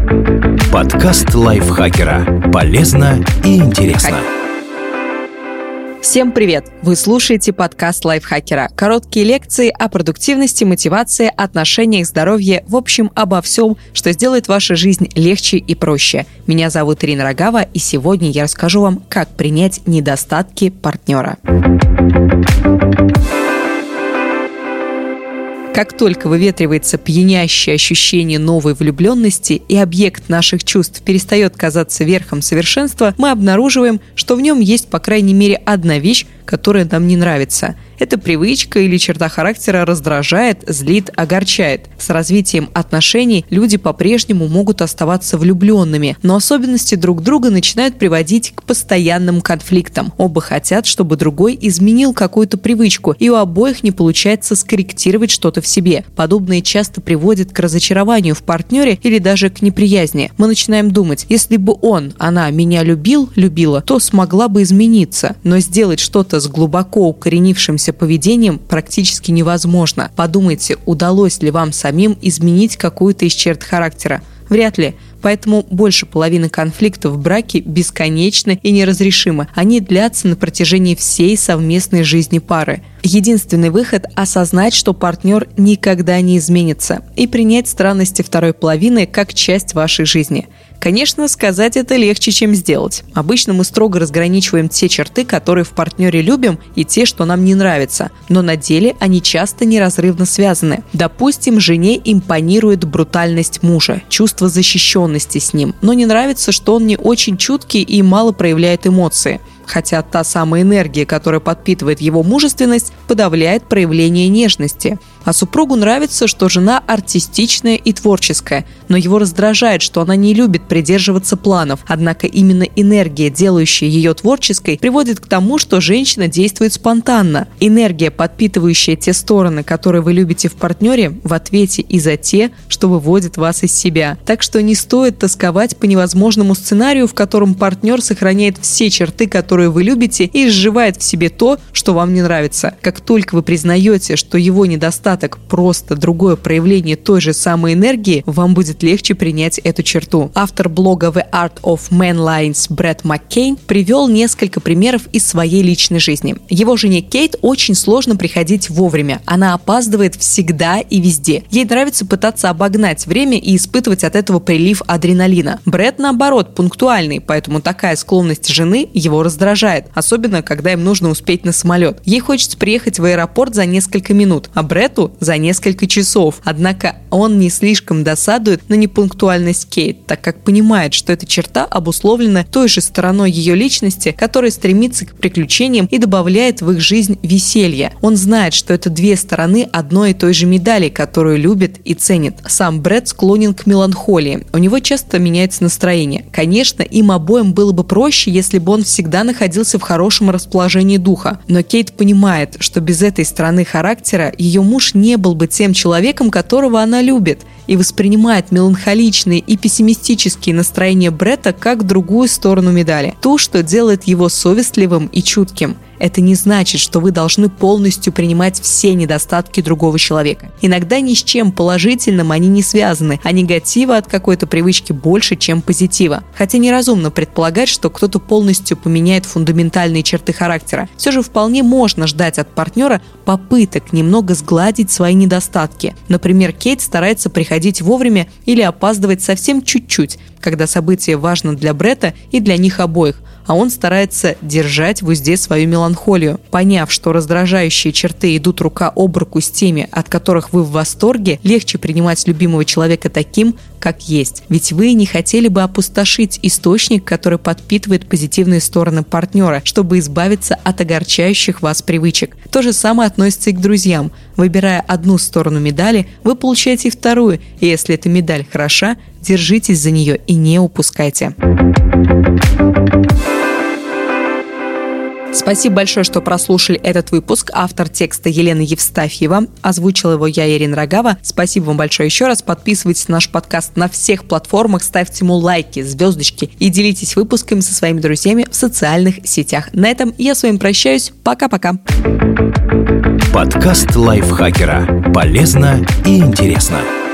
Подкаст лайфхакера. Полезно и интересно. Всем привет! Вы слушаете подкаст лайфхакера. Короткие лекции о продуктивности, мотивации, отношениях, здоровье, в общем, обо всем, что сделает вашу жизнь легче и проще. Меня зовут Ирина Рогава, и сегодня я расскажу вам, как принять недостатки партнера. Как только выветривается пьянящее ощущение новой влюбленности и объект наших чувств перестает казаться верхом совершенства, мы обнаруживаем, что в нем есть, по крайней мере, одна вещь, которая нам не нравится. Эта привычка или черта характера раздражает, злит, огорчает. С развитием отношений люди по-прежнему могут оставаться влюбленными, но особенности друг друга начинают приводить к постоянным конфликтам. Оба хотят, чтобы другой изменил какую-то привычку, и у обоих не получается скорректировать что-то в себе. Подобное часто приводит к разочарованию в партнере или даже к неприязни. Мы начинаем думать, если бы она меня любила, то смогла бы измениться. Но сделать что-то с глубоко укоренившимся поведением практически невозможно. Подумайте, удалось ли вам самим изменить какую-то из черт характера? Вряд ли. Поэтому больше половины конфликтов в браке бесконечны и неразрешимы. Они длятся на протяжении всей совместной жизни пары. Единственный выход – осознать, что партнер никогда не изменится, и принять странности второй половины как часть вашей жизни. Конечно, сказать это легче, чем сделать. Обычно мы строго разграничиваем те черты, которые в партнере любим, и те, что нам не нравятся. Но на деле они часто неразрывно связаны. Допустим, жене импонирует брутальность мужа, чувство защищенности с ним, но не нравится, что он не очень чуткий и мало проявляет эмоции. Хотя та самая энергия, которая подпитывает его мужественность, подавляет проявление нежности. А супругу нравится, что жена артистичная и творческая, но его раздражает, что она не любит придерживаться планов. Однако именно энергия, делающая ее творческой, приводит к тому, что женщина действует спонтанно. Энергия, подпитывающая те стороны, которые вы любите в партнере, в ответе и за те, что выводит вас из себя. Так что не стоит тосковать по невозможному сценарию, в котором партнер сохраняет все черты, которые вы любите, и изживает в себе то, что вам не нравится. Как только вы признаете, что его недостаток просто другое проявление той же самой энергии, вам будет легче принять эту черту. Автор блога The Art of Manliness Брэд Маккейн привел несколько примеров из своей личной жизни. Его жене Кейт очень сложно приходить вовремя. Она опаздывает всегда и везде. Ей нравится пытаться обогнать время и испытывать от этого прилив адреналина. Брэд, наоборот, пунктуальный, поэтому такая склонность жены его раздражает, особенно когда им нужно успеть на самолет. Ей хочется приехать в аэропорт за несколько минут, а Брэду за несколько часов. Однако он не слишком досадует на непунктуальность Кейт, так как понимает, что эта черта обусловлена той же стороной ее личности, которая стремится к приключениям и добавляет в их жизнь веселья. Он знает, что это две стороны одной и той же медали, которую любит и ценит. Сам Брэд склонен к меланхолии. У него часто меняется настроение. Конечно, им обоим было бы проще, если бы он всегда находился в хорошем расположении духа. Но Кейт понимает, что без этой стороны характера ее муж не был бы тем человеком, которого она любит, и воспринимает меланхоличные и пессимистические настроения Бретта как другую сторону медали, ту, что делает его совестливым и чутким. Это не значит, что вы должны полностью принимать все недостатки другого человека. Иногда ни с чем положительным они не связаны, а негатива от какой-то привычки больше, чем позитива. Хотя неразумно предполагать, что кто-то полностью поменяет фундаментальные черты характера. Все же вполне можно ждать от партнера попыток немного сгладить свои недостатки. Например, Кейт старается приходить вовремя или опаздывать совсем чуть-чуть, когда событие важно для Бретта и для них обоих, а он старается держать в узде свою меланхолию. Поняв, что раздражающие черты идут рука об руку с теми, от которых вы в восторге, легче принимать любимого человека таким, как есть. Ведь вы не хотели бы опустошить источник, который подпитывает позитивные стороны партнера, чтобы избавиться от огорчающих вас привычек. То же самое относится и к друзьям. Выбирая одну сторону медали, вы получаете и вторую, и если эта медаль хороша, держитесь за нее и не упускайте. Спасибо большое, что прослушали этот выпуск. Автор текста Елена Евстафьева. Озвучила его я, Ирина Рогава. Спасибо вам большое еще раз. Подписывайтесь на наш подкаст на всех платформах, ставьте ему лайки, звездочки и делитесь выпусками со своими друзьями в социальных сетях. На этом я с вами прощаюсь. Пока-пока. Подкаст лайфхакера. Полезно и интересно.